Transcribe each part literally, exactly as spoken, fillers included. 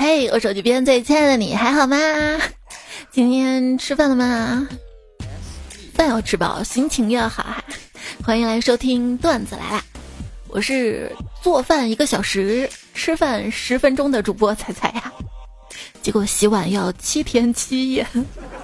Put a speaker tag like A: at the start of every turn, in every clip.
A: 嘿，我手机边最亲爱的你还好吗？今天吃饭了吗？饭要吃饱，心情要好哈。欢迎来收听段子来啦，我是做饭一个小时，吃饭十分钟的主播彩彩呀。结果洗碗要七天七夜，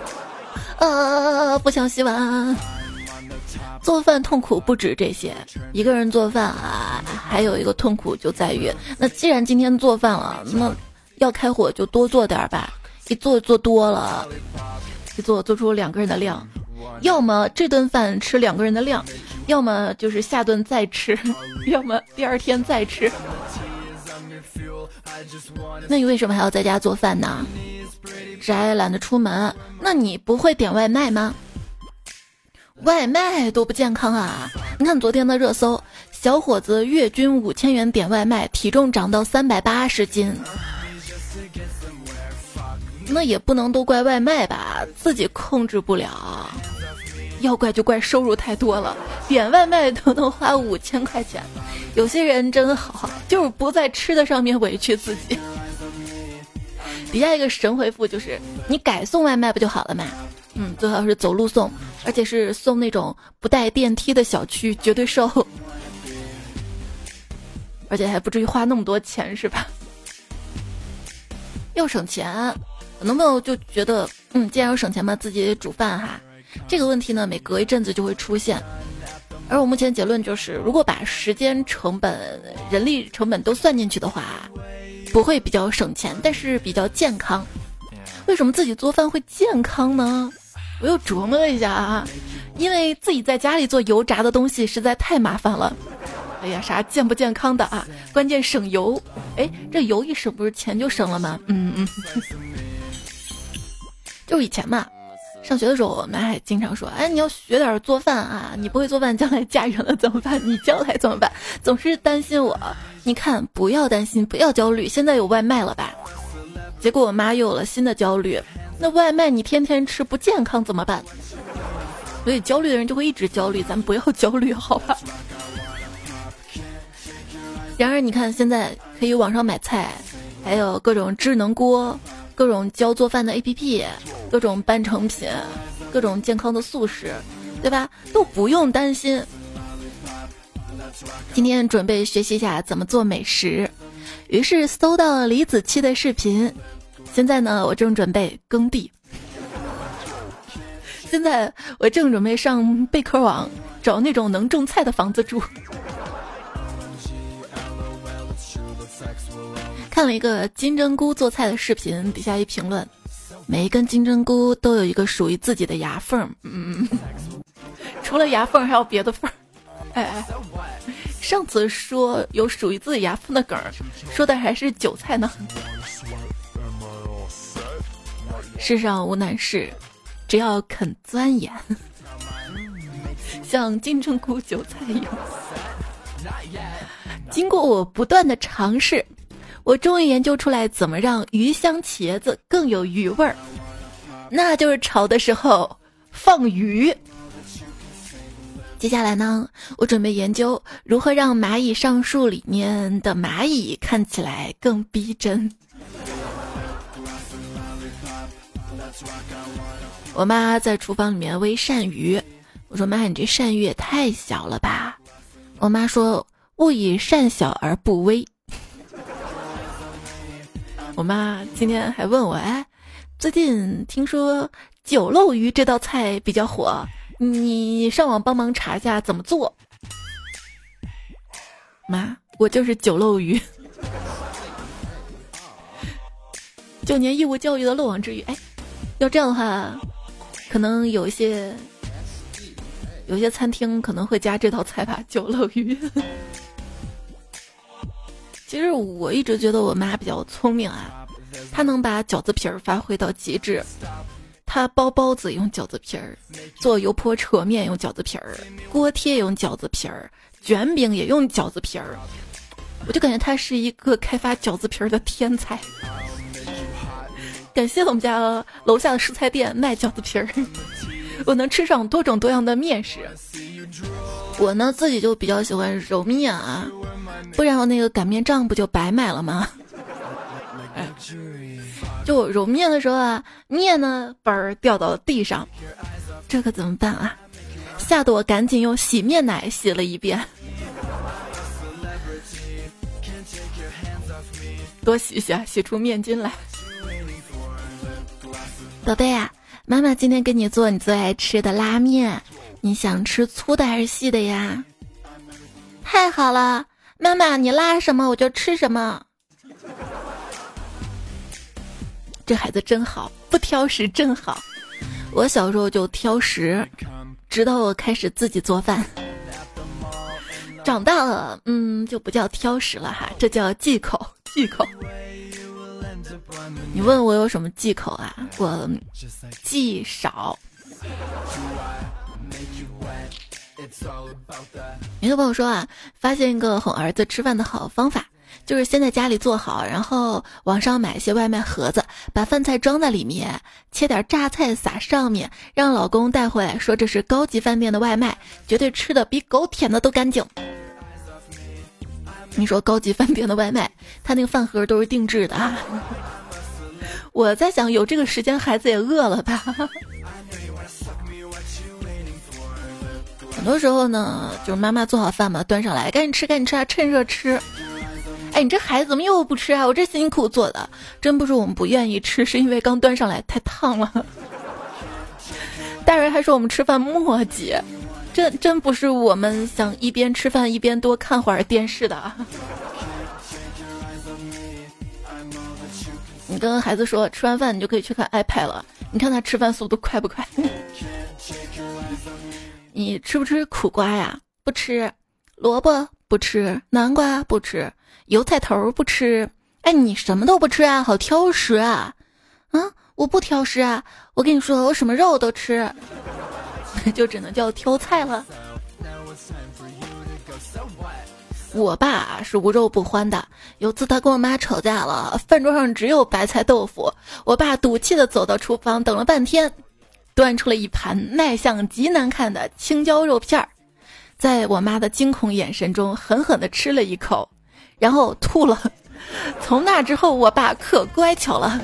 A: 呃，不想洗碗。做饭痛苦不止这些，一个人做饭啊，还有一个痛苦就在于，那既然今天做饭了，那要开火就多做点吧，一做做多了，一做做出两个人的量，要么这顿饭吃两个人的量，要么就是下顿再吃，要么第二天再吃。那你为什么还要在家做饭呢？宅懒得出门，那你不会点外卖吗？外卖多不健康啊！你看昨天的热搜，小伙子月均五千元点外卖，体重长到三百八十斤。那也不能都怪外卖吧，自己控制不了。要怪就怪收入太多了，点外卖都能花五千块钱。有些人真好，就是不在吃的上面委屈自己。底下一个神回复就是你改送外卖不就好了嘛？嗯，最好是走路送，而且是送那种不带电梯的小区，绝对瘦，而且还不至于花那么多钱，是吧？要省钱，很多朋友就觉得，嗯，既然要省钱嘛，自己煮饭哈。这个问题呢，每隔一阵子就会出现。而我目前结论就是，如果把时间成本、人力成本都算进去的话，不会比较省钱，但是比较健康。为什么自己做饭会健康呢？我又琢磨了一下啊，因为自己在家里做油炸的东西实在太麻烦了。哎呀，啥健不健康的啊？关键省油。哎，这油一省不是钱就省了吗？嗯嗯。就以前嘛，上学的时候我妈还经常说，哎，你要学点做饭啊，你不会做饭将来嫁人了怎么办？你将来怎么办？总是担心我。你看，不要担心，不要焦虑，现在有外卖了吧？结果我妈又有了新的焦虑，那外卖你天天吃不健康怎么办？所以焦虑的人就会一直焦虑，咱们不要焦虑好吧？然而你看现在可以网上买菜，还有各种智能锅，各种教做饭的 A P P， 各种半成品，各种健康的速食，对吧？都不用担心。今天准备学习一下怎么做美食，于是搜到了李子柒的视频。现在呢，我正准备耕地。现在我正准备上贝壳网找那种能种菜的房子住。看了一个金针菇做菜的视频，底下一评论：每一根金针菇都有一个属于自己的牙缝。嗯，除了牙缝还有别的缝。哎哎，上次说有属于自己牙缝的梗儿，说的还是韭菜呢。世上无难事，只要肯钻研。像金针菇、韭菜一样。经过我不断的尝试，我终于研究出来怎么让鱼香茄子更有鱼味儿，那就是炒的时候放鱼。接下来呢，我准备研究如何让蚂蚁上树里面的蚂蚁看起来更逼真。我妈在厨房里面煨鳝鱼，我说妈，你这鳝鱼也太小了吧？我妈说勿以善小而不为。我妈今天还问我，哎，最近听说酒漏鱼这道菜比较火，你上网帮忙查一下怎么做。妈，我就是酒漏鱼。九年义务教育的漏网之鱼，哎，要这样的话，可能有一些有些餐厅可能会加这道菜吧，酒漏鱼。其实我一直觉得我妈比较聪明啊，她能把饺子皮儿发挥到极致。她包包子用饺子皮儿，做油泼扯面用饺子皮儿，锅贴用饺子皮儿，卷饼也用饺子皮儿。我就感觉她是一个开发饺子皮儿的天才。感谢我们家楼下的蔬菜店卖饺子皮儿，我能吃上多种多样的面食。我呢自己就比较喜欢揉面啊，不然我那个擀面杖不就白买了吗？ 哎，就我揉面的时候啊，面呢嘣儿掉到了地上，这可怎么办啊？吓得我赶紧用洗面奶洗了一遍。多洗洗啊，洗出面筋来。宝贝啊，妈妈今天给你做你最爱吃的拉面，你想吃粗的还是细的呀？太好了，妈妈你拉什么我就吃什么。这孩子真好，不挑食真好。我小时候就挑食，直到我开始自己做饭。长大了，嗯，就不叫挑食了哈，这叫忌口，忌口。你问我有什么忌口啊？我忌少。一个朋友说啊，发现一个哄儿子吃饭的好方法，就是先在家里做好，然后网上买一些外卖盒子，把饭菜装在里面，切点榨菜撒上面，让老公带回来，说这是高级饭店的外卖，绝对吃的比狗舔的都干净。你说高级饭店的外卖，他那个饭盒都是定制的啊。我在想，有这个时间，孩子也饿了吧？很多时候呢，就是妈妈做好饭嘛，端上来，赶紧吃，赶紧吃啊，趁热吃。哎，你这孩子怎么又不吃啊？我这辛辛苦苦做的，真不是我们不愿意吃，是因为刚端上来太烫了。大人还说我们吃饭磨叽，这真不是我们想一边吃饭一边多看会儿电视的。你跟孩子说，吃完饭你就可以去看 iPad 了，你看他吃饭速度快不快？你吃不吃苦瓜呀？不吃。萝卜不吃，南瓜不吃，油菜头不吃。哎，你什么都不吃啊？好挑食啊！啊，我不挑食啊！我跟你说，我什么肉都吃，就只能叫挑菜了。我爸是无肉不欢的，有次他跟我妈吵架了，饭桌上只有白菜豆腐，我爸赌气的走到厨房，等了半天，端出了一盘卖相极难看的青椒肉片儿，在我妈的惊恐眼神中狠狠地吃了一口，然后吐了。从那之后我爸可乖巧了，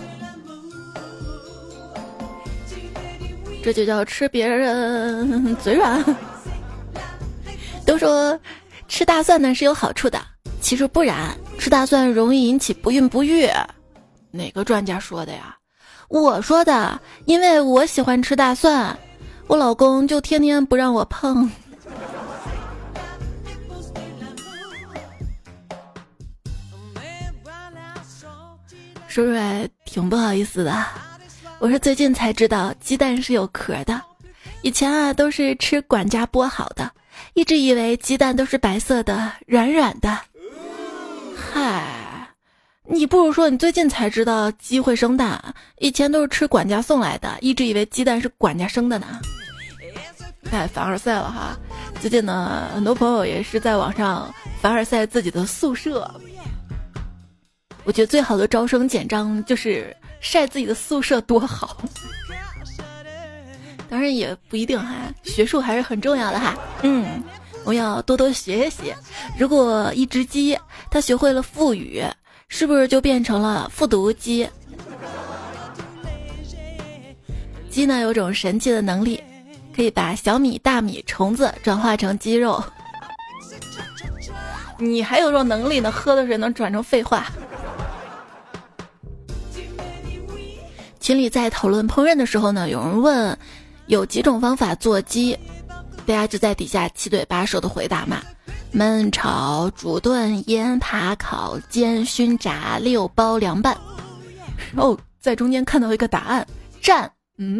A: 这就叫吃别人嘴软。都说吃大蒜呢是有好处的，其实不然，吃大蒜容易引起不孕不育。哪个专家说的呀？我说的，因为我喜欢吃大蒜，我老公就天天不让我碰。说出来挺不好意思的，我是最近才知道鸡蛋是有壳的，以前啊都是吃管家剥好的，一直以为鸡蛋都是白色的软软的。嗨，你不如说你最近才知道鸡会生蛋，以前都是吃管家送来的，一直以为鸡蛋是管家生的呢。太凡尔赛了哈！最近呢，很多朋友也是在网上凡尔赛自己的宿舍。我觉得最好的招生简章就是晒自己的宿舍多好。当然也不一定哈，学术还是很重要的哈。嗯，我要多多学习。如果一只鸡它学会了腹语，是不是就变成了复读鸡？鸡呢有种神奇的能力，可以把小米、大米、虫子转化成鸡肉。你还有这种能力呢？喝的水能转成废话。群里在讨论烹饪的时候呢，有人问有几种方法做鸡，大家就在底下七嘴八舌的回答嘛，焖、炒、煮、炖、腌、扒、烤、煎、熏、炸、溜、包、凉拌。然后在中间看到一个答案，蘸。嗯，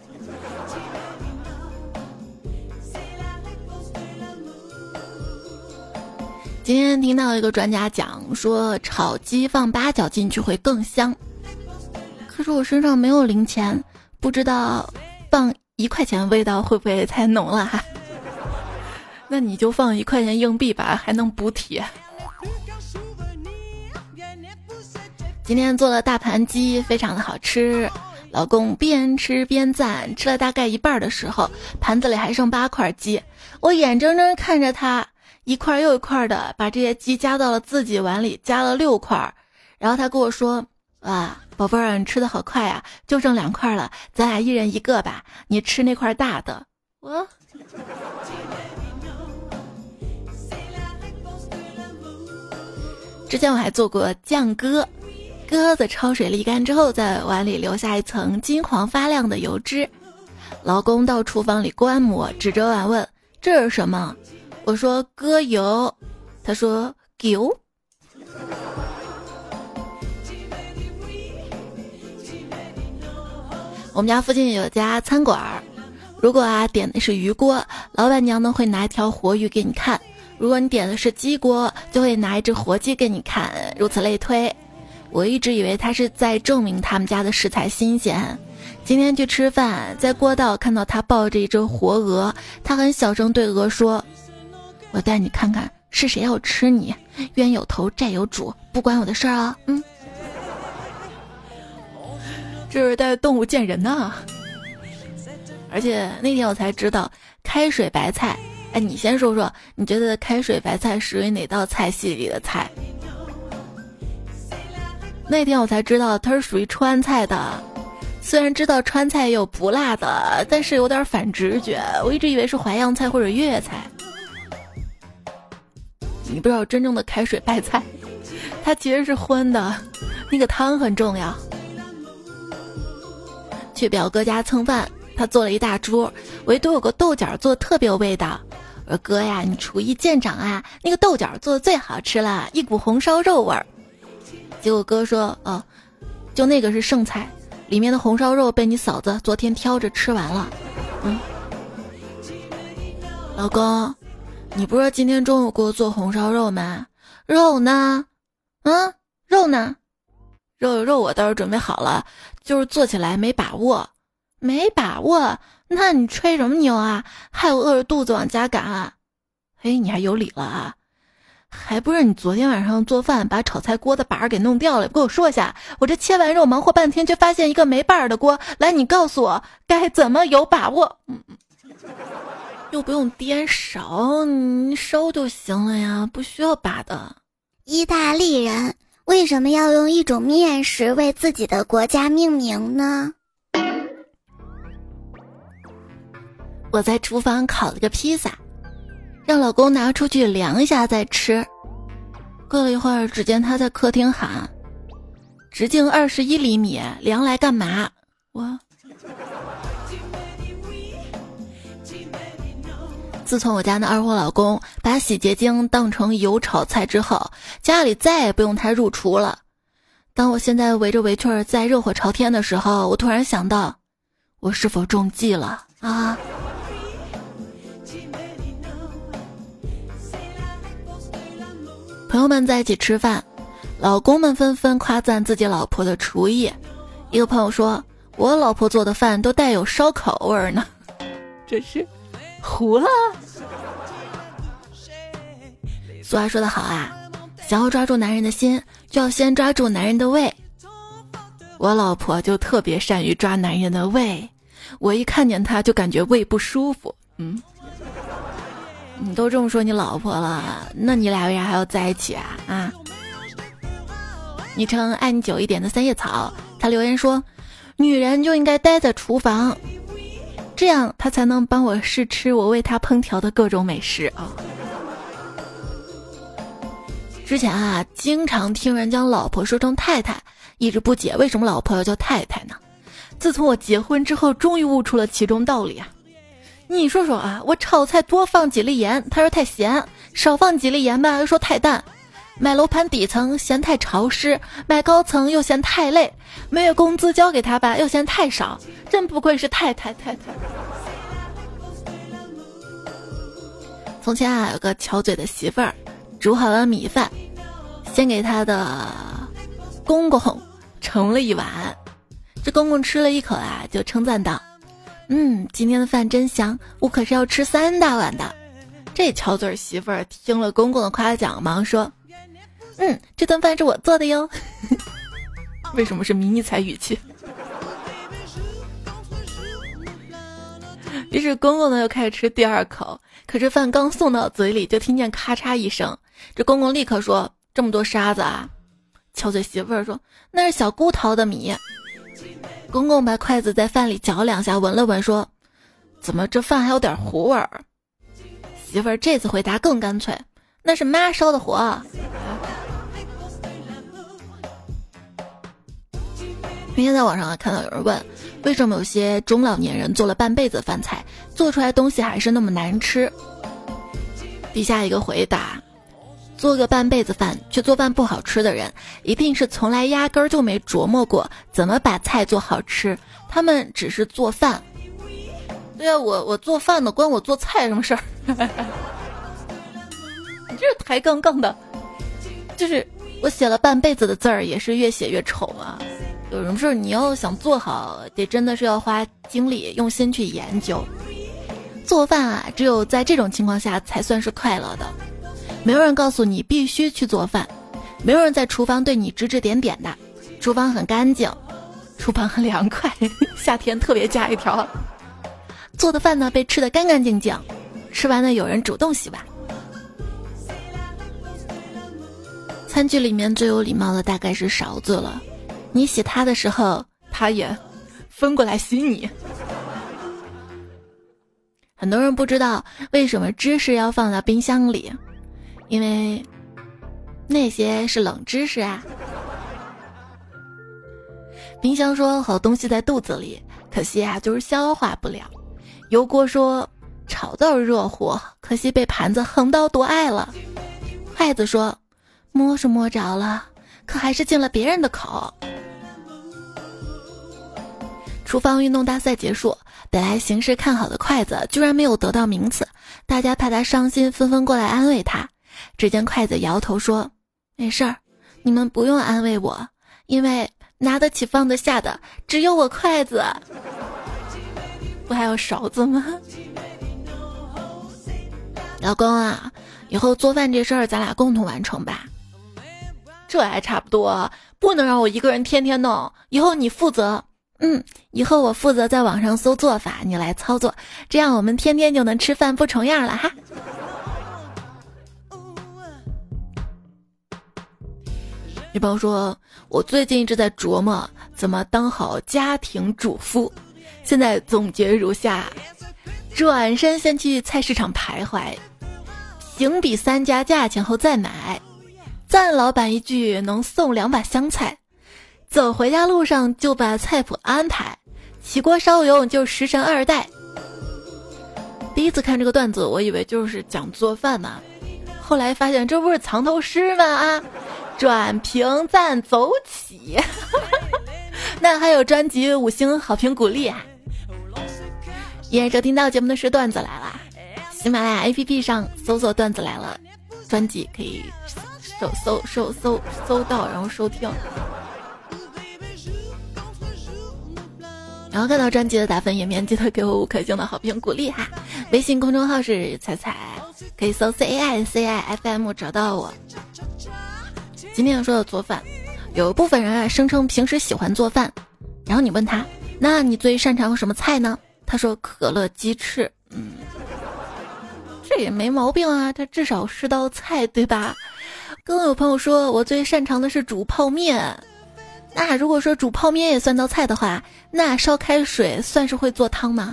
A: 今天听到一个专家讲说，炒鸡放八角进去会更香。可是我身上没有零钱，不知道放一块钱味道会不会太浓了哈？那你就放一块钱硬币吧，还能补体。今天做了大盘鸡，非常的好吃。老公边吃边赞，吃了大概一半的时候，盘子里还剩八块鸡，我眼睁睁看着他一块又一块的把这些鸡夹到了自己碗里，夹了六块。然后他跟我说， 啊，宝贝儿，你吃的好快啊，就剩两块了，咱俩一人一个吧，你吃那块大的。我之前我还做过酱鸽，鸽子焯水沥干之后，在碗里留下一层金黄发亮的油脂。老公到厨房里观摩，指着碗问：“这是什么？”我说：“鸽油。”他说：“狗。”我们家附近有家餐馆，如果啊点的是鱼锅，老板娘呢会拿一条活鱼给你看；如果你点的是鸡锅，就会拿一只活鸡给你看，如此类推。我一直以为他是在证明他们家的食材新鲜。今天去吃饭，在过道看到他抱着一只活鹅，他很小声对鹅说：“我带你看看是谁要吃你，冤有头债有主，不关我的事儿啊。”嗯，这是带动物见人呐。而且那天我才知道开水白菜，哎，你先说说，你觉得开水白菜属于哪道菜系里的菜？那天我才知道它是属于川菜的。虽然知道川菜也有不辣的，但是有点反直觉，我一直以为是淮扬菜或者粤菜。你不知道真正的开水白菜，它其实是荤的，那个汤很重要。去表哥家蹭饭，他做了一大桌，唯独有个豆角做的特别有味道。我说：“哥呀，你厨艺见长啊，那个豆角做的最好吃了，一股红烧肉味儿。”结果哥说：“哦，就那个是剩菜，里面的红烧肉被你嫂子昨天挑着吃完了。”嗯，老公，你不是今天中午给我做红烧肉吗？肉呢？嗯，肉呢？肉肉我倒是准备好了，就是做起来没把握。没把握？那你吹什么牛啊？害我饿着肚子往家赶啊！嘿，你还有理了啊？还不是你昨天晚上做饭把炒菜锅的把儿给弄掉了，给我说一下，我这切完肉忙活半天，却发现一个没把儿的锅，来，你告诉我该怎么有把握？嗯，又不用颠勺，你收就行了呀，不需要把的。
B: 意大利人为什么要用一种面食为自己的国家命名呢？
A: 我在厨房烤了个披萨，让老公拿出去量一下再吃。过了一会儿，只见他在客厅喊：“直径二十一厘米，量来干嘛？”我自从我家那二货老公把洗洁精当成油炒菜之后，家里再也不用他入厨了。当我现在围着围裙儿在热火朝天的时候，我突然想到，我是否中计了啊？朋友们在一起吃饭，老公们纷纷夸赞自己老婆的厨艺。一个朋友说：“我老婆做的饭都带有烧烤味儿呢。”这是糊了。俗话说得好啊，想要抓住男人的心，就要先抓住男人的胃。我老婆就特别善于抓男人的胃，我一看见她就感觉胃不舒服。嗯。你都这么说你老婆了，那你俩为啥还要在一起啊？啊！昵称爱你久一点的三叶草，他留言说：“女人就应该待在厨房，这样他才能帮我试吃我为他烹调的各种美食啊。”之前啊，经常听人将老婆说成太太，一直不解为什么老婆要叫太太呢？自从我结婚之后，终于悟出了其中道理啊！你说说啊，我炒菜多放几粒盐，他说太咸；少放几粒盐吧，又说太淡。买楼盘底层嫌太潮湿，买高层又嫌太累，每月工资交给他吧，又嫌太少。真不愧是太太太太。从前啊，有个巧嘴的媳妇儿，煮好了米饭，先给他的公公盛了一碗。这公公吃了一口啊，就称赞道：“嗯，今天的饭真香，我可是要吃三大碗的。”这巧嘴媳妇儿听了公公的夸奖，忙说：“嗯，这顿饭是我做的哟。”为什么是迷你彩语气？于是公公呢又开始吃第二口，可是饭刚送到嘴里，就听见咔嚓一声。这公公立刻说：“这么多沙子啊！” 敲嘴媳妇儿说那是小姑淘的米。公公把筷子在饭里搅两下，闻了闻说怎么这饭还有点糊味儿？媳妇儿这次回答更干脆，那是妈烧的火。明天在网上啊看到有人问，为什么有些中老年人做了半辈子饭菜，做出来东西还是那么难吃？底下一个回答，做个半辈子饭却做饭不好吃的人，一定是从来压根儿就没琢磨过怎么把菜做好吃，他们只是做饭。对啊，我我做饭的，关我做菜什么事儿？你这是抬杠杠的，就是我写了半辈子的字儿，也是越写越丑啊。有什么事儿你要想做好，得真的是要花精力用心去研究。做饭啊，只有在这种情况下才算是快乐的。没有人告诉你必须去做饭，没有人在厨房对你指指点点的。厨房很干净，厨房很凉快，夏天特别加一条。做的饭呢被吃得干干净净，吃完呢有人主动洗碗。餐具里面最有礼貌的大概是勺子了，你洗它的时候，它也分过来洗你。很多人不知道为什么芝士要放到冰箱里，因为那些是冷知识啊。冰箱说好东西在肚子里，可惜啊就是消化不了。油锅说炒到热乎，可惜被盘子横刀夺爱了。筷子说摸是摸着了，可还是进了别人的口。厨房运动大赛结束，本来形势看好的筷子居然没有得到名次，大家怕他伤心，纷纷过来安慰他。只见筷子摇头说没事儿，你们不用安慰我，因为拿得起放得下的只有我筷子。不还有勺子吗？老公啊，以后做饭这事儿咱俩共同完成吧。这还差不多，不能让我一个人天天弄，以后你负责。嗯，以后我负责在网上搜做法，你来操作，这样我们天天就能吃饭不重样了哈。女朋友说，我最近一直在琢磨怎么当好家庭主妇，现在总结如下：转身先去菜市场徘徊，评比三家价钱后再买，赞老板一句能送两把香菜，走回家路上就把菜谱安排，起锅烧油就食神二代。第一次看这个段子，我以为就是讲做饭呢，后来发现这不是藏头诗吗？啊，转评赞走起。那还有专辑五星好评鼓励啊！依然收听到节目的是段子来了，喜马拉雅 A P P 上搜索段子来了专辑，可以搜搜搜搜搜到然后收听。然后看到专辑的打分页面，记得给我五颗星的好评鼓励哈。微信公众号是彩彩，可以搜 C A I C I F M 找到我。今天说的做饭，有部分人啊声称平时喜欢做饭，然后你问他，那你最擅长什么菜呢？他说可乐鸡翅。嗯，这也没毛病啊，它至少是道菜对吧？更有朋友说我最擅长的是煮泡面。那如果说煮泡面也算道菜的话，那烧开水算是会做汤吗？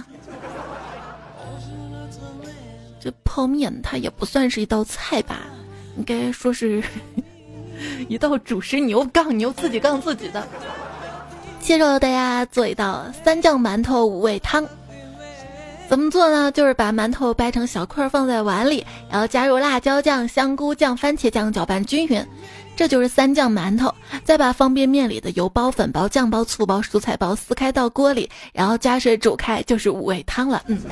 A: 这泡面它也不算是一道菜吧，应该说是一道主食，你又杠你又自己杠自己的。接着大家做一道三酱馒头五味汤。怎么做呢？就是把馒头掰成小块放在碗里，然后加入辣椒酱、香菇酱、番茄酱，搅拌均匀，这就是三酱馒头。再把方便面里的油包、粉包、酱包、醋包、蔬菜包撕开到锅里，然后加水煮开，就是五味汤了。嗯，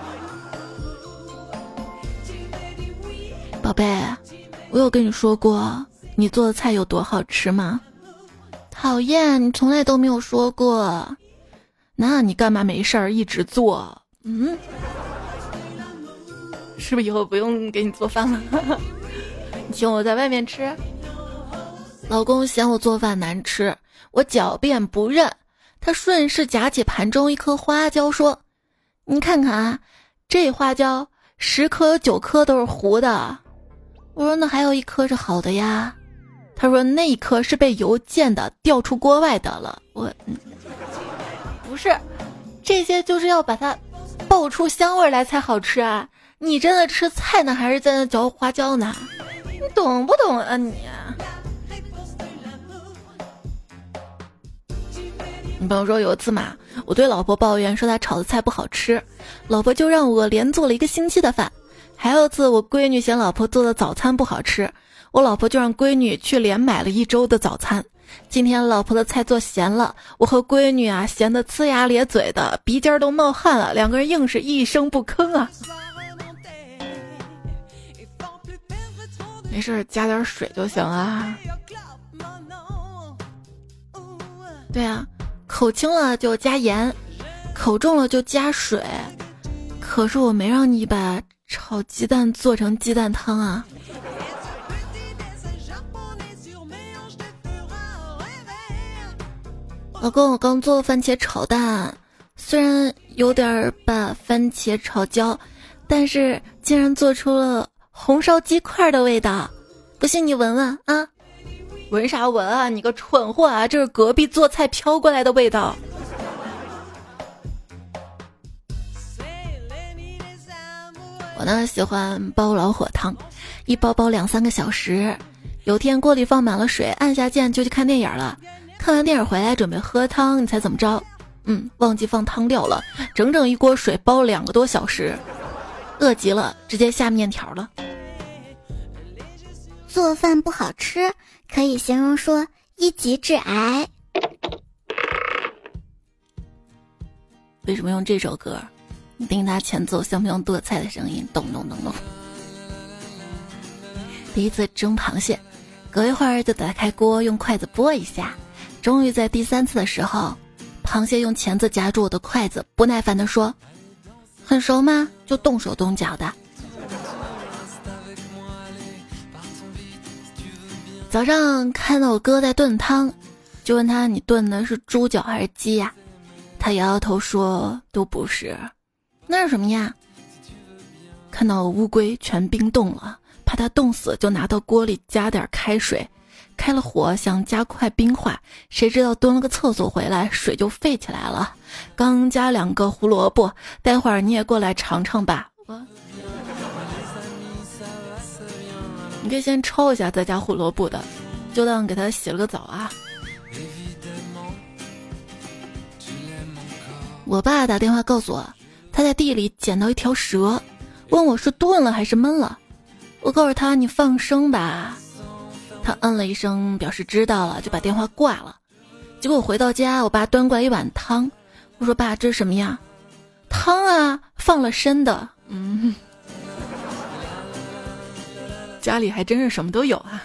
A: 宝贝，我有跟你说过你做的菜有多好吃吗？讨厌，你从来都没有说过。那你干嘛没事儿一直做？嗯，是不是以后不用给你做饭了？你请我在外面吃。老公嫌我做饭难吃，我狡辩不认。他顺势夹起盘中一颗花椒说，你看看啊，这花椒十颗有九颗都是糊的。我说那还有一颗是好的呀。 他说那一刻是被油溅的，掉出锅外的了。我，嗯、不是，这些就是要把它爆出香味来才好吃啊！你真的吃菜呢，还是在那嚼花椒呢？你懂不懂啊你？你朋友说有一次嘛，我对老婆抱怨说她炒的菜不好吃，老婆就让我连做了一个星期的饭。还有一次我闺女嫌老婆做的早餐不好吃，我老婆就让闺女去连买了一周的早餐。今天老婆的菜做咸了，我和闺女啊咸得呲牙咧嘴的，鼻尖都冒汗了，两个人硬是一声不吭啊。没事，加点水就行啊。对啊，口轻了就加盐，口重了就加水。可是我没让你把炒鸡蛋做成鸡蛋汤啊。老公，我刚做了番茄炒蛋，虽然有点把番茄炒焦，但是竟然做出了红烧鸡块的味道。不信你闻闻啊。闻啥闻啊，你个蠢货啊，这是隔壁做菜飘过来的味道。我呢喜欢煲老火汤，一煲煲两三个小时。有天锅里放满了水，按下键就去看电影了。看完电影回来准备喝汤，你猜怎么着？嗯，忘记放汤料了，整整一锅水煲两个多小时，饿极了，直接下面条了。
B: 做饭不好吃，可以形容说一级致癌。
A: 为什么用这首歌？你听它前奏像不像剁菜的声音？咚咚咚咚。第一次蒸螃蟹，隔一会儿就打开锅，用筷子拨一下。终于在第三次的时候，螃蟹用钳子夹住我的筷子，不耐烦地说：“很熟吗？就动手动脚的。”早上看到我哥在炖汤，就问他：“你炖的是猪脚还是鸡呀？”他摇摇头说：“都不是。”那是什么呀？看到乌龟全冰冻了，怕它冻死，就拿到锅里加点开水，开了火想加快冰化，谁知道蹲了个厕所回来，水就沸起来了。刚加两个胡萝卜，待会儿你也过来尝尝吧。我你可以先焯一下再加胡萝卜的，就当给它洗了个澡啊。我爸打电话告诉我，他在地里捡到一条蛇，问我是炖了还是焖了。我告诉他你放生吧，他嗯了一声表示知道了，就把电话挂了。结果回到家，我爸端过来一碗汤，我说爸，这是什么呀？汤啊，放了生的。嗯，家里还真是什么都有啊。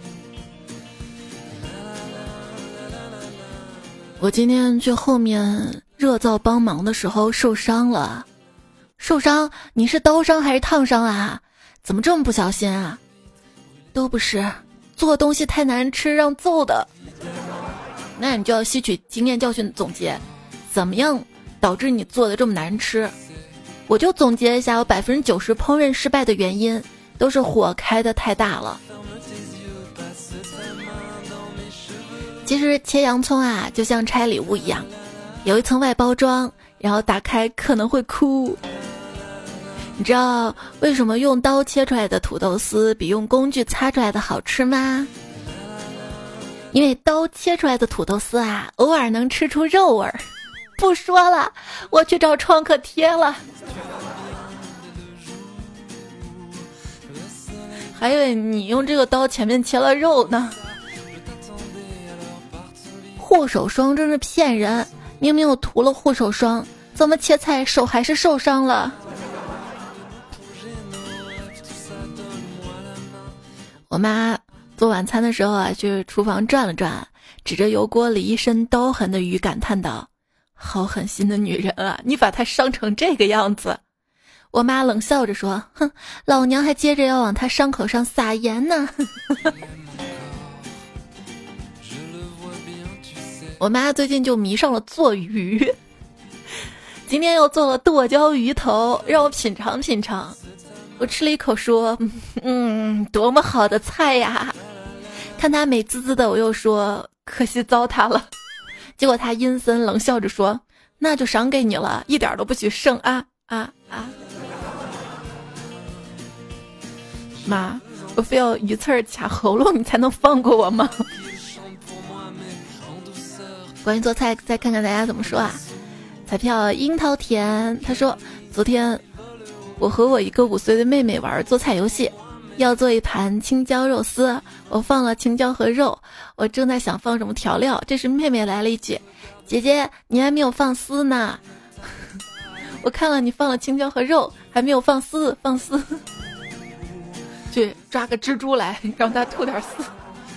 A: 我今天去后面热灶帮忙的时候受伤了。受伤？你是刀伤还是烫伤啊？怎么这么不小心啊？都不是，做东西太难吃让揍的。那你就要吸取经验教训总结，怎么样导致你做的这么难吃？我就总结一下，我百分之九十烹饪失败的原因都是火开的太大了。其实切洋葱啊，就像拆礼物一样，有一层外包装，然后打开可能会哭。你知道为什么用刀切出来的土豆丝比用工具擦出来的好吃吗？因为刀切出来的土豆丝啊，偶尔能吃出肉味儿。不说了，我去找创可贴了。还以为你用这个刀前面切了肉呢。护手霜真是骗人，明明我涂了护手霜，怎么切菜手还是受伤了？我妈做晚餐的时候啊，去厨房转了转，指着油锅里一身刀痕的鱼感叹道：“好狠心的女人啊，你把她伤成这个样子。”我妈冷笑着说：“哼，老娘还接着要往她伤口上撒盐呢。”我妈最近就迷上了做鱼，今天又做了剁椒鱼头，让我品尝品尝。我吃了一口说：“嗯，多么好的菜呀！”看看他美滋滋的，我又说可惜糟蹋了。结果他阴森冷笑着说，那就赏给你了，一点都不许剩啊啊啊！妈，我非要一刺儿卡喉咙你才能放过我吗？关于做菜，再看看大家怎么说啊。彩票樱桃甜他说，昨天我和我一个五岁的妹妹玩做菜游戏，要做一盘青椒肉丝，我放了青椒和肉，我正在想放什么调料，这时妹妹来了一句，姐姐你还没有放丝呢。我看了你放了青椒和肉，还没有放丝，放丝去抓个蜘蛛来让它吐点丝。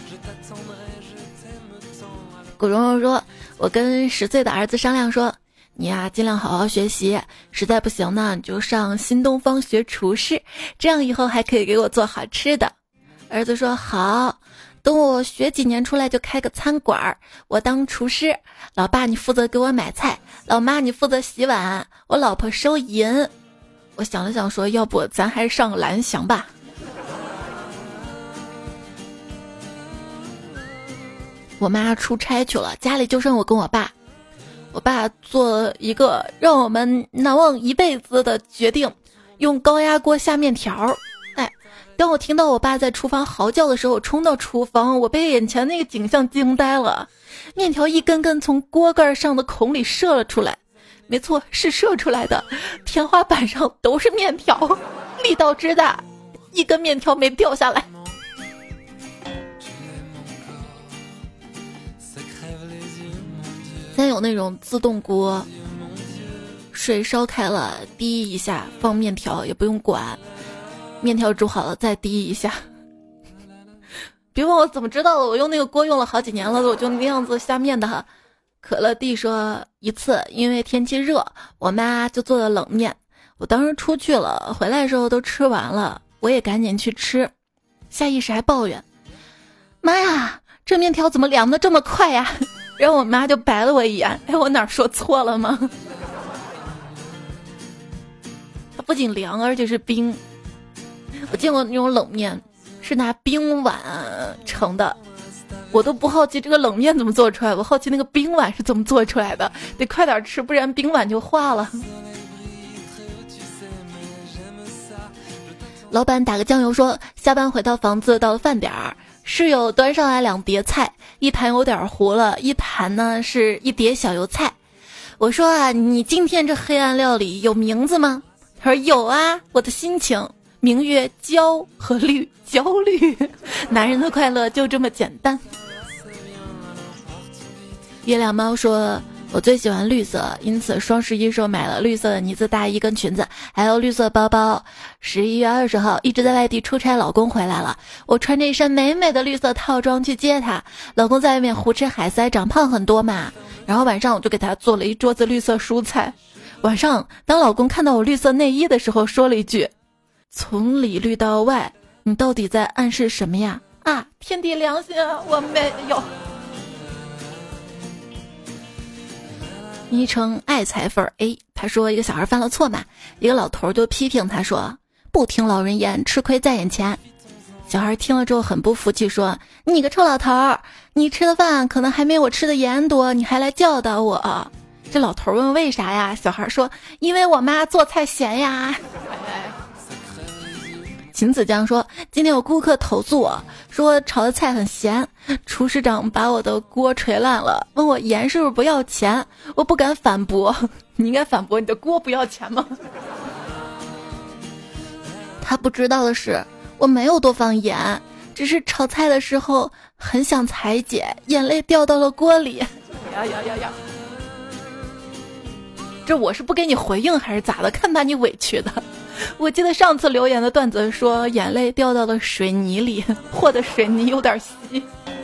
A: 古蓉蓉说，我跟十岁的儿子商量说，你呀尽量好好学习，实在不行呢你就上新东方学厨师，这样以后还可以给我做好吃的。儿子说好，等我学几年出来就开个餐馆，我当厨师，老爸你负责给我买菜，老妈你负责洗碗，我老婆收银。我想了想说，要不咱还是上蓝翔吧。我妈出差去了，家里就剩我跟我爸。我爸做一个让我们难忘一辈子的决定，用高压锅下面条。哎，当我听到我爸在厨房嚎叫的时候，我冲到厨房，我被眼前那个景象惊呆了。面条一根根从锅盖上的孔里射了出来，没错，是射出来的，天花板上都是面条，力道之大，一根面条没掉下来。现在有那种自动锅，水烧开了滴一下放面条，也不用管，面条煮好了再滴一下。别问我怎么知道的，我用那个锅用了好几年了，我就那样子下面的。可乐弟说，一次因为天气热，我妈就做了冷面，我当时出去了，回来的时候都吃完了，我也赶紧去吃，下意识还抱怨，妈呀，这面条怎么凉的这么快呀？然后我妈就白了我一眼，哎，我哪说错了吗？它不仅凉，而且是冰。我见过那种冷面是拿冰碗盛的，我都不好奇这个冷面怎么做出来，我好奇那个冰碗是怎么做出来的，得快点吃，不然冰碗就化了。老板打个酱油说，下班回到房子，到了饭点儿，室友端上来两碟菜，一盘有点糊了，一盘呢是一碟小油菜。我说啊，你今天这黑暗料理有名字吗？他说有啊，我的心情名曰焦和虑，焦虑。男人的快乐就这么简单。月亮猫说，我最喜欢绿色，因此双十一时候买了绿色的呢子大衣跟裙子，还有绿色包包。十一月二十号一直在外地出差，老公回来了，我穿着一身美美的绿色套装去接他。老公在外面胡吃海塞，长胖很多嘛。然后晚上我就给他做了一桌子绿色蔬菜。晚上当老公看到我绿色内衣的时候，说了一句，从里绿到外，你到底在暗示什么呀？啊，天地良心啊，我没有。昵称爱裁缝 A， 他说一个小孩犯了错嘛，一个老头就批评他说，不听老人言，吃亏在眼前。小孩听了之后很不服气，说，你个臭老头儿，你吃的饭可能还没我吃的盐多，你还来教导我。这老头问为啥呀？小孩说，因为我妈做菜咸呀。秦子江说，今天有顾客投诉我说炒的菜很咸，厨师长把我的锅锤烂了，问我盐是不是不要钱，我不敢反驳。你应该反驳，你的锅不要钱吗？他不知道的是，我没有多放盐，只是炒菜的时候很想裁剪，眼泪掉到了锅里。呀呀呀呀！这我是不给你回应还是咋的？看把你委屈的。我记得上次留言的段子说眼泪掉到了水泥里，和的水泥有点稀。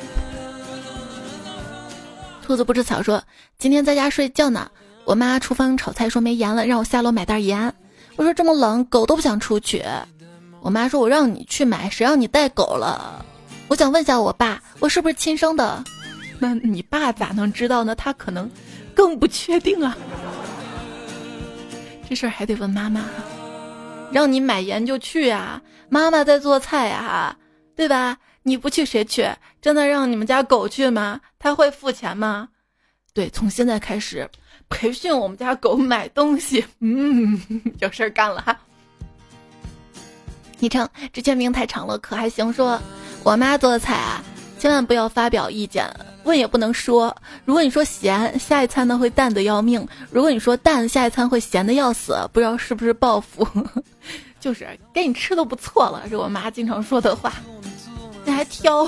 A: 兔子不吃草说，今天在家睡觉呢，我妈厨房炒菜说没盐了，让我下楼买袋盐。我说这么冷，狗都不想出去。我妈说我让你去买，谁让你带狗了？我想问一下我爸，我是不是亲生的？那你爸咋能知道呢？他可能更不确定啊。这事儿还得问妈妈。让你买盐就去啊，妈妈在做菜啊，对吧？ 你不去谁去？真的让你们家狗去吗？他会付钱吗？对，从现在开始培训我们家狗买东西。嗯，有事儿干了哈。昵称这签名太长了，可还行。说我妈做的菜啊，千万不要发表意见，问也不能说。如果你说咸，下一餐呢会淡得要命；如果你说淡，下一餐会咸得要死。不知道是不是报复？就是给你吃都不错了，是我妈经常说的话。你还挑？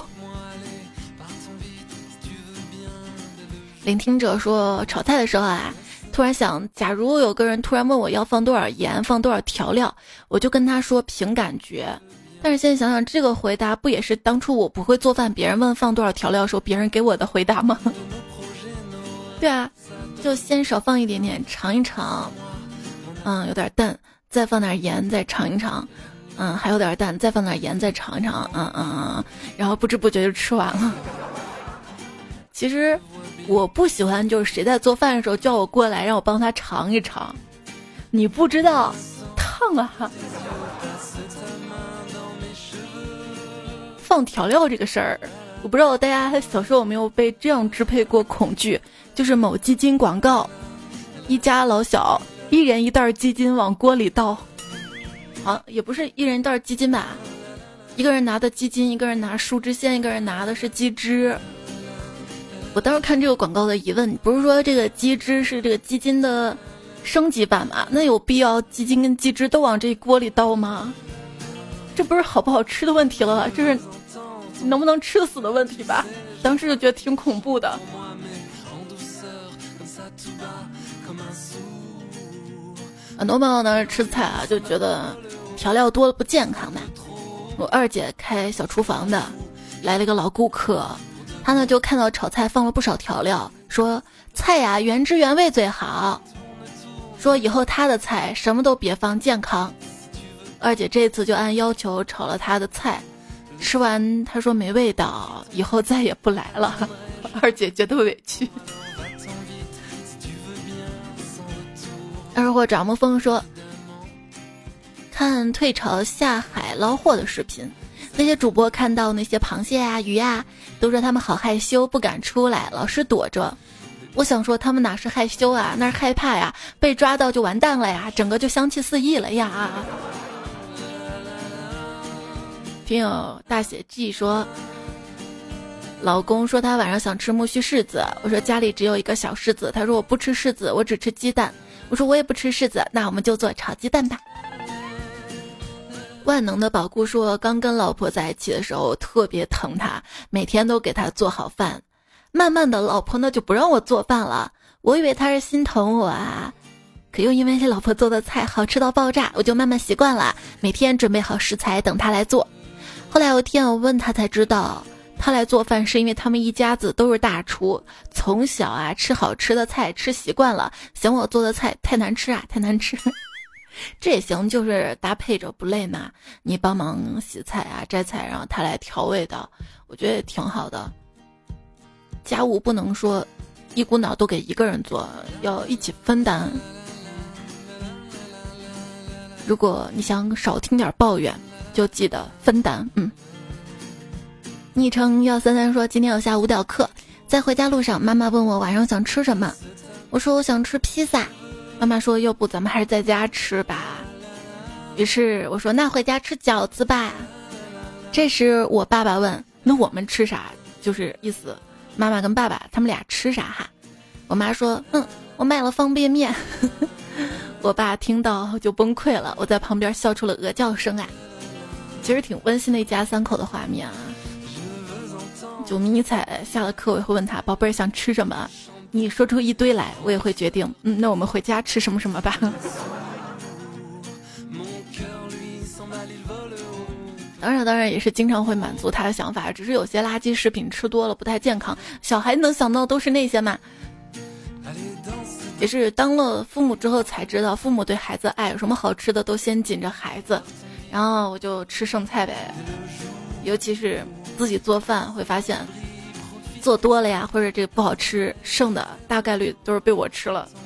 A: 聆听者说炒菜的时候啊，突然想，假如有个人突然问我要放多少盐，放多少调料，我就跟他说凭感觉。但是现在想想，这个回答不也是当初我不会做饭，别人问放多少调料的时候，别人给我的回答吗？对啊，就先少放一点点，尝一尝，嗯，有点淡，再放点盐，再尝一尝，嗯，还有点淡，再放点盐，再尝一尝，嗯嗯嗯，然后不知不觉就吃完了。其实我不喜欢就是谁在做饭的时候叫我过来让我帮他尝一尝，你不知道烫啊。放调料这个事儿，我不知道大家小时候有没有被这样支配过恐惧，就是某基金广告，一家老小一人一袋鸡精往锅里倒，好，也不是一人一袋鸡精吧，一个人拿的鸡精，一个人拿树枝线，一个人拿的是鸡汁。我当时看这个广告的疑问，不是说这个鸡汁是这个鸡精的升级版吗？那有必要鸡精跟鸡汁都往这锅里倒吗？这不是好不好吃的问题了，这是能不能吃死的问题吧。当时就觉得挺恐怖的。很多朋友呢吃菜啊就觉得调料多了不健康嘛。我二姐开小厨房的，来了个老顾客，他呢就看到炒菜放了不少调料，说菜呀原汁原味最好，说以后他的菜什么都别放，健康。二姐这次就按要求炒了他的菜，吃完他说没味道，以后再也不来了。二姐觉得委屈。二货爪木风说，看退潮下海捞货的视频，那些主播看到那些螃蟹啊鱼啊，都说他们好害羞，不敢出来，老是躲着。我想说他们哪是害羞啊，那是害怕呀，被抓到就完蛋了呀，整个就香气四溢了呀。听友大写 G 说，老公说他晚上想吃木须柿子，我说家里只有一个小柿子，他说我不吃柿子，我只吃鸡蛋，我说我也不吃柿子，那我们就做炒鸡蛋吧。万能的宝姑说，刚跟老婆在一起的时候特别疼她，每天都给她做好饭，慢慢的老婆呢就不让我做饭了，我以为她是心疼我啊，可又因为是老婆做的菜好吃到爆炸，我就慢慢习惯了，每天准备好食材等她来做。后来有天我问她才知道，她来做饭是因为他们一家子都是大厨，从小啊吃好吃的菜吃习惯了，嫌我做的菜太难吃啊太难吃。这也行，就是搭配着不累嘛，你帮忙洗菜啊摘菜，然后他来调味的，我觉得也挺好的。家务不能说一股脑都给一个人做，要一起分担。如果你想少听点抱怨，就记得分担。嗯。昵称幺三三说，今天有下舞蹈课，在回家路上，妈妈问我晚上想吃什么，我说我想吃披萨，妈妈说要不咱们还是在家吃吧。于是我说那回家吃饺子吧。这时我爸爸问，那我们吃啥？就是意思妈妈跟爸爸他们俩吃啥哈。我妈说，嗯，我买了方便面。我爸听到就崩溃了，我在旁边笑出了鹅叫声啊。其实挺温馨的一家三口的画面啊。就迷彩下了课我也会问他，宝贝儿想吃什么，你说出一堆来，我也会决定，嗯，那我们回家吃什么什么吧。当然当然也是经常会满足他的想法，只是有些垃圾食品吃多了不太健康，小孩能想到都是那些嘛。也是当了父母之后才知道，父母对孩子爱，有什么好吃的都先紧着孩子，然后我就吃剩菜呗。尤其是自己做饭会发现做多了呀，或者这个不好吃，剩的大概率都是被我吃了。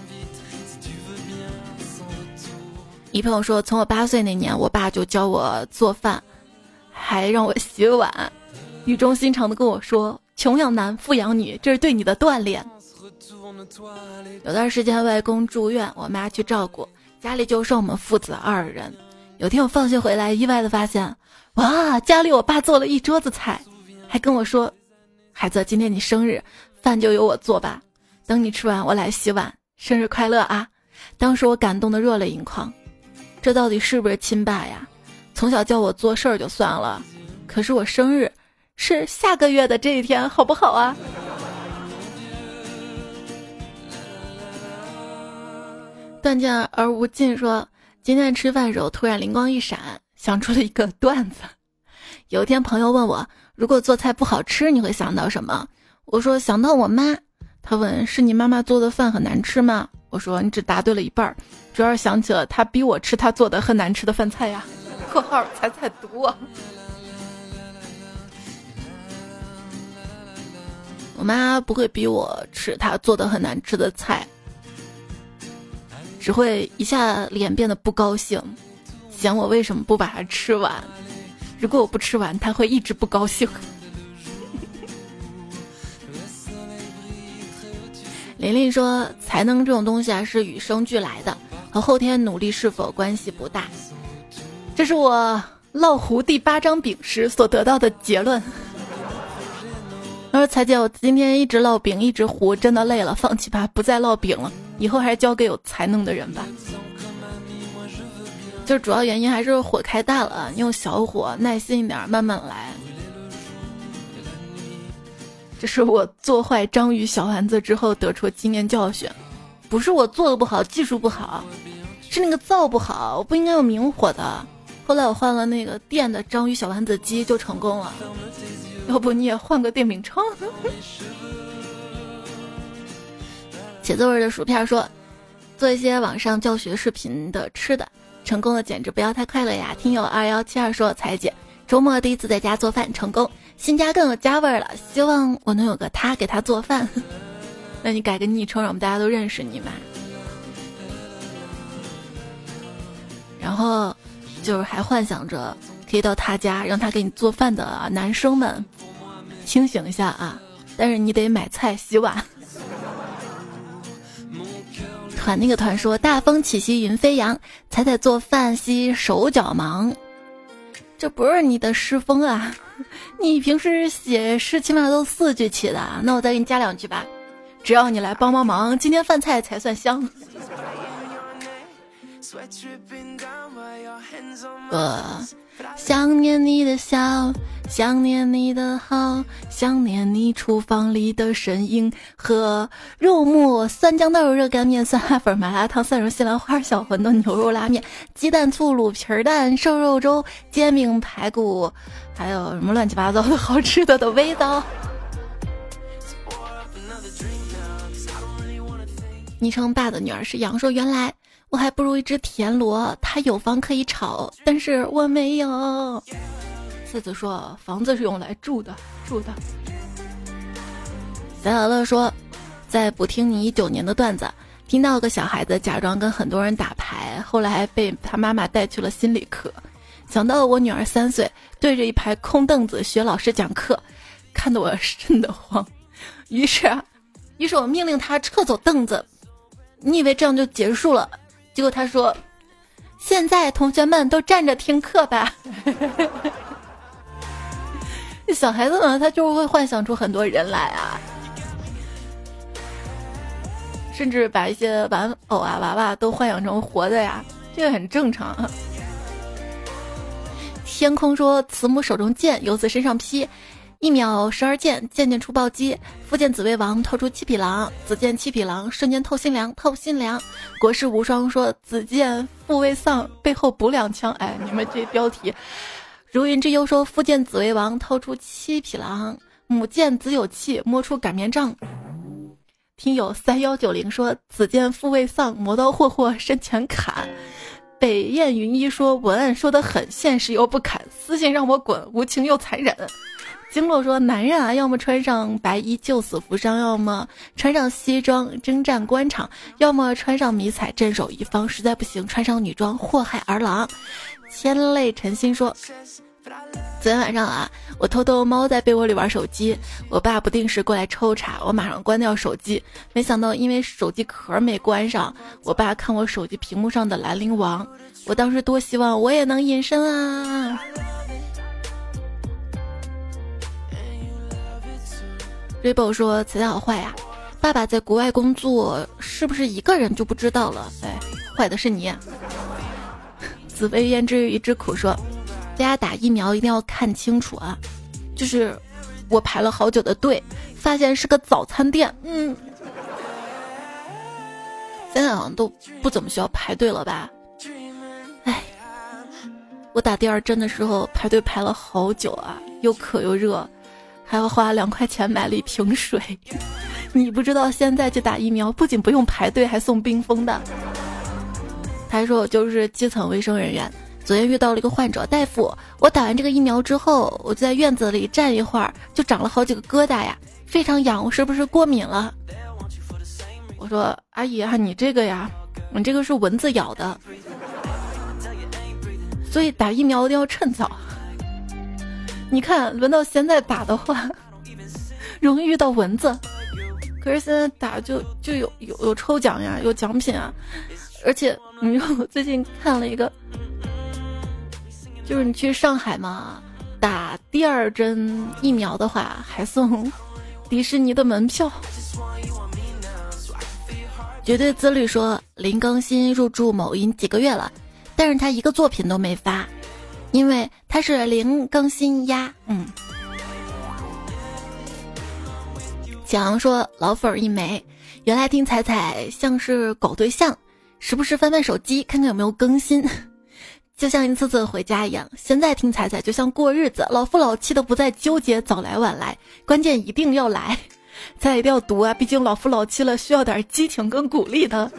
A: 一朋友说，从我八岁那年我爸就教我做饭，还让我洗碗， 语重心长的跟我说，穷养男富养女，这是对你的锻炼。有段时间外公住院，我妈去照顾，家里就剩我们父子二人。有天我放学回来，意外的发现，哇，家里我爸做了一桌子菜，还跟我说，孩子，今天你生日，饭就由我做吧，等你吃完我来洗碗，生日快乐啊。当时我感动得热泪盈眶，这到底是不是亲爸呀？从小叫我做事儿就算了，可是我生日是下个月的这一天，好不好啊？断剑而无尽说，今天吃饭时候突然灵光一闪，想出了一个段子。有一天朋友问我，如果做菜不好吃你会想到什么？我说想到我妈。他问，是你妈妈做的饭很难吃吗？我说你只答对了一半，主要是想起了她逼我吃她做的很难吃的饭菜呀。括号彩彩读啊。我妈不会逼我吃她做的很难吃的菜，只会一下脸变得不高兴，嫌我为什么不把它吃完。如果我不吃完，她会一直不高兴。琳琳说，才能这种东西啊是与生俱来的，和后天努力是否关系不大。这是我烙糊第八张饼时所得到的结论。他说，彩姐，我今天一直烙饼一直糊，真的累了，放弃吧，不再烙饼了，以后还是交给有才能的人吧。就是主要原因还是火开大了，你用小火耐心一点，慢慢来。这是我做坏章鱼小丸子之后得出经验教训，不是我做的不好，技术不好，是那个灶不好，我不应该用明火的。后来我换了那个电的章鱼小丸子机就成功了，要不你也换个电饼铛。写作文的薯片说，做一些网上教学视频的吃的，成功的简直不要太快乐呀。听友二一七二说，彩姐周末第一次在家做饭成功，新家更有家味了，希望我能有个他给他做饭。那你改个昵称让我们大家都认识你嘛。然后就是还幻想着可以到他家让他给你做饭的男生们清醒一下啊，但是你得买菜洗碗。团那个团说，大风起兮云飞扬，彩彩做饭兮手脚忙。这不是你的诗风啊，你平时写诗起码都四句起的，那我再给你加两句吧。只要你来帮帮忙，今天饭菜才算香。呃，想念你的笑，想念你的好，想念你厨房里的身影和肉末酸豇豆热干面酸辣粉麻辣烫蒜蓉西兰花小馄饨牛肉拉面鸡蛋醋卤皮儿蛋瘦肉粥煎饼排骨，还有什么乱七八糟的好吃的的味道。昵称爸的女儿是羊说，原来我还不如一只田螺，它有房可以炒，但是我没有。四子说，房子是用来住的，住的。小小乐说，在补听你一九年的段子，听到个小孩子假装跟很多人打牌，后来被他妈妈带去了心理课。想到我女儿三岁，对着一排空凳子学老师讲课，看得我瘆得慌。于是啊，于是我命令他撤走凳子。你以为这样就结束了？结果他说，现在同学们都站着听课吧。小孩子呢，他就会幻想出很多人来啊，甚至把一些玩偶啊娃娃都幻想成活的呀，这个很正常啊。天空说，慈母手中剑，游子身上披，一秒十二剑，剑剑出暴击。复见紫薇王透出七匹狼，子见七匹狼，瞬间透心凉，透心凉。国士无双说，子见父未丧，背后补两枪。哎，你们这标题。如云之幽说，复见紫薇王透出七匹狼，母见子有气，摸出擀面杖。听友三一九零说，子见父未丧，磨刀霍霍身前砍。北雁云一说，文案说得很现实又不砍，私信让我滚，无情又残忍。经络说，男人啊，要么穿上白衣救死扶伤，要么穿上西装征战官场，要么穿上迷彩镇守一方，实在不行穿上女装祸害儿郎。千泪晨心说， 昨天晚上啊，我偷偷猫在被窝里玩手机，我爸不定时过来抽查，我马上关掉手机，没想到因为手机壳没关上，我爸看我手机屏幕上的兰陵王，我当时多希望我也能隐身啊。瑞宝说词好坏呀、啊，爸爸在国外工作是不是一个人就不知道了？哎，坏的是你。紫薇胭脂一枝苦说，大家打疫苗一定要看清楚啊，就是我排了好久的队，发现是个早餐店。嗯，现在好像都不怎么需要排队了吧？哎，我打第二针的时候排队排了好久啊，又渴又热，还要花两块钱买了一瓶水。你不知道现在去打疫苗不仅不用排队，还送冰封的。他还说我就是基层卫生人员，昨天遇到了一个患者，大夫，我打完这个疫苗之后，我就在院子里站一会儿，就长了好几个疙瘩呀，非常痒，我是不是过敏了？我说阿姨啊，你这个呀，你这个是蚊子咬的，所以打疫苗一定要趁早。你看轮到现在打的话，容易遇到蚊子，可是现在打就就有有有抽奖呀，有奖品啊。而且你知道我最近看了一个，就是你去上海嘛，打第二针疫苗的话还送迪士尼的门票。绝对自律说林更新入驻某音几个月了，但是他一个作品都没发，因为他是零更新呀。嗯，蒋说老粉儿一枚，原来听彩彩像是狗对象，时不时翻翻手机看看有没有更新，就像一次次回家一样。现在听彩彩就像过日子，老夫老妻的不再纠结早来晚来，关键一定要来，彩彩一定要读啊，毕竟老夫老妻了，需要点激情跟鼓励的。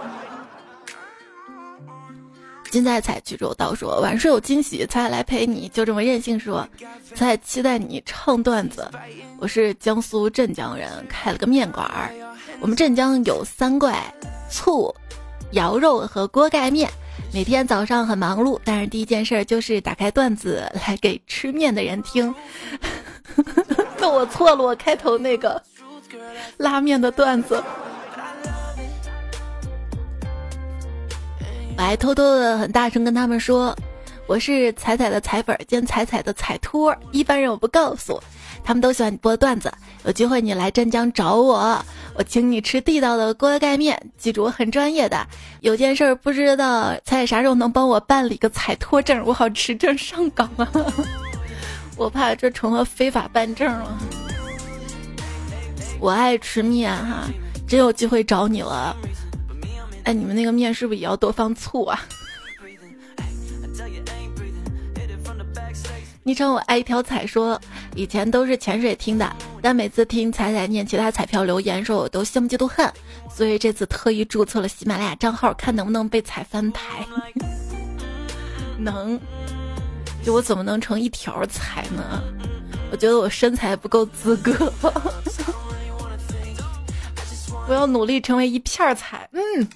A: 金在彩曲周道说晚睡有惊喜，彩彩来陪你，就这么任性说彩彩期待你唱段子。我是江苏镇江人，开了个面馆儿，我们镇江有三怪醋肴肉和锅盖面，每天早上很忙碌，但是第一件事就是打开段子来给吃面的人听。那我错了，我开头那个拉面的段子。我还偷偷的很大声跟他们说，我是彩彩的彩粉兼彩彩的彩托，一般人我不告诉。他们都喜欢你播段子，有机会你来镇江找我，我请你吃地道的锅盖面，记住我很专业的。有件事不知道彩彩啥时候能帮我办理个彩托证，我好持证上岗啊。我怕这成了非法办证了。我爱吃面哈，真有机会找你了。哎，你们那个面是不是也要多放醋啊？昵称我爱一条彩说，以前都是潜水听的，但每次听彩彩念其他彩票留言时候，我都羡慕嫉妒恨，所以这次特意注册了喜马拉雅账号，看能不能被彩翻牌。能，就我怎么能成一条彩呢？我觉得我身材不够资格。我要努力成为一片彩。嗯。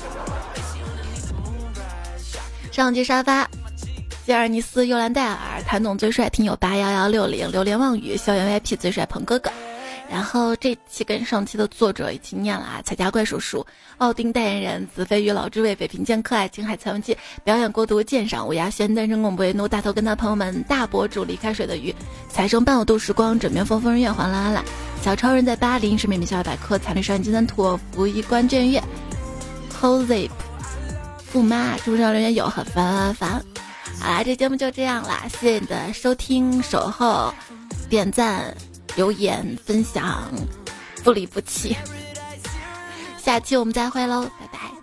A: 上期沙发，吉尔尼斯、尤兰戴尔、谭总最帅，听友八幺幺六零、流连忘语、校园 V I P 最帅鹏哥哥。然后这期跟上期的作者一起念了啊，彩家怪叔叔、奥丁代言人、子飞鱼、老之味、北平剑客爱、青海彩文记、表演过度鉴赏、乌鸦轩、单身公不为奴、大头跟他朋友们、大博主、离开水的鱼、财生伴我度时光、枕边风风人月、黄啦啦啦、小超人在巴黎、是美美小百科、残绿少年金三图、福一关卷月、Hozip、富妈、朱上留言有很烦烦烦。好啦，这节目就这样啦，谢谢你的收听、守候、点赞、留言、分享，不离不弃。下期我们再会喽，拜拜。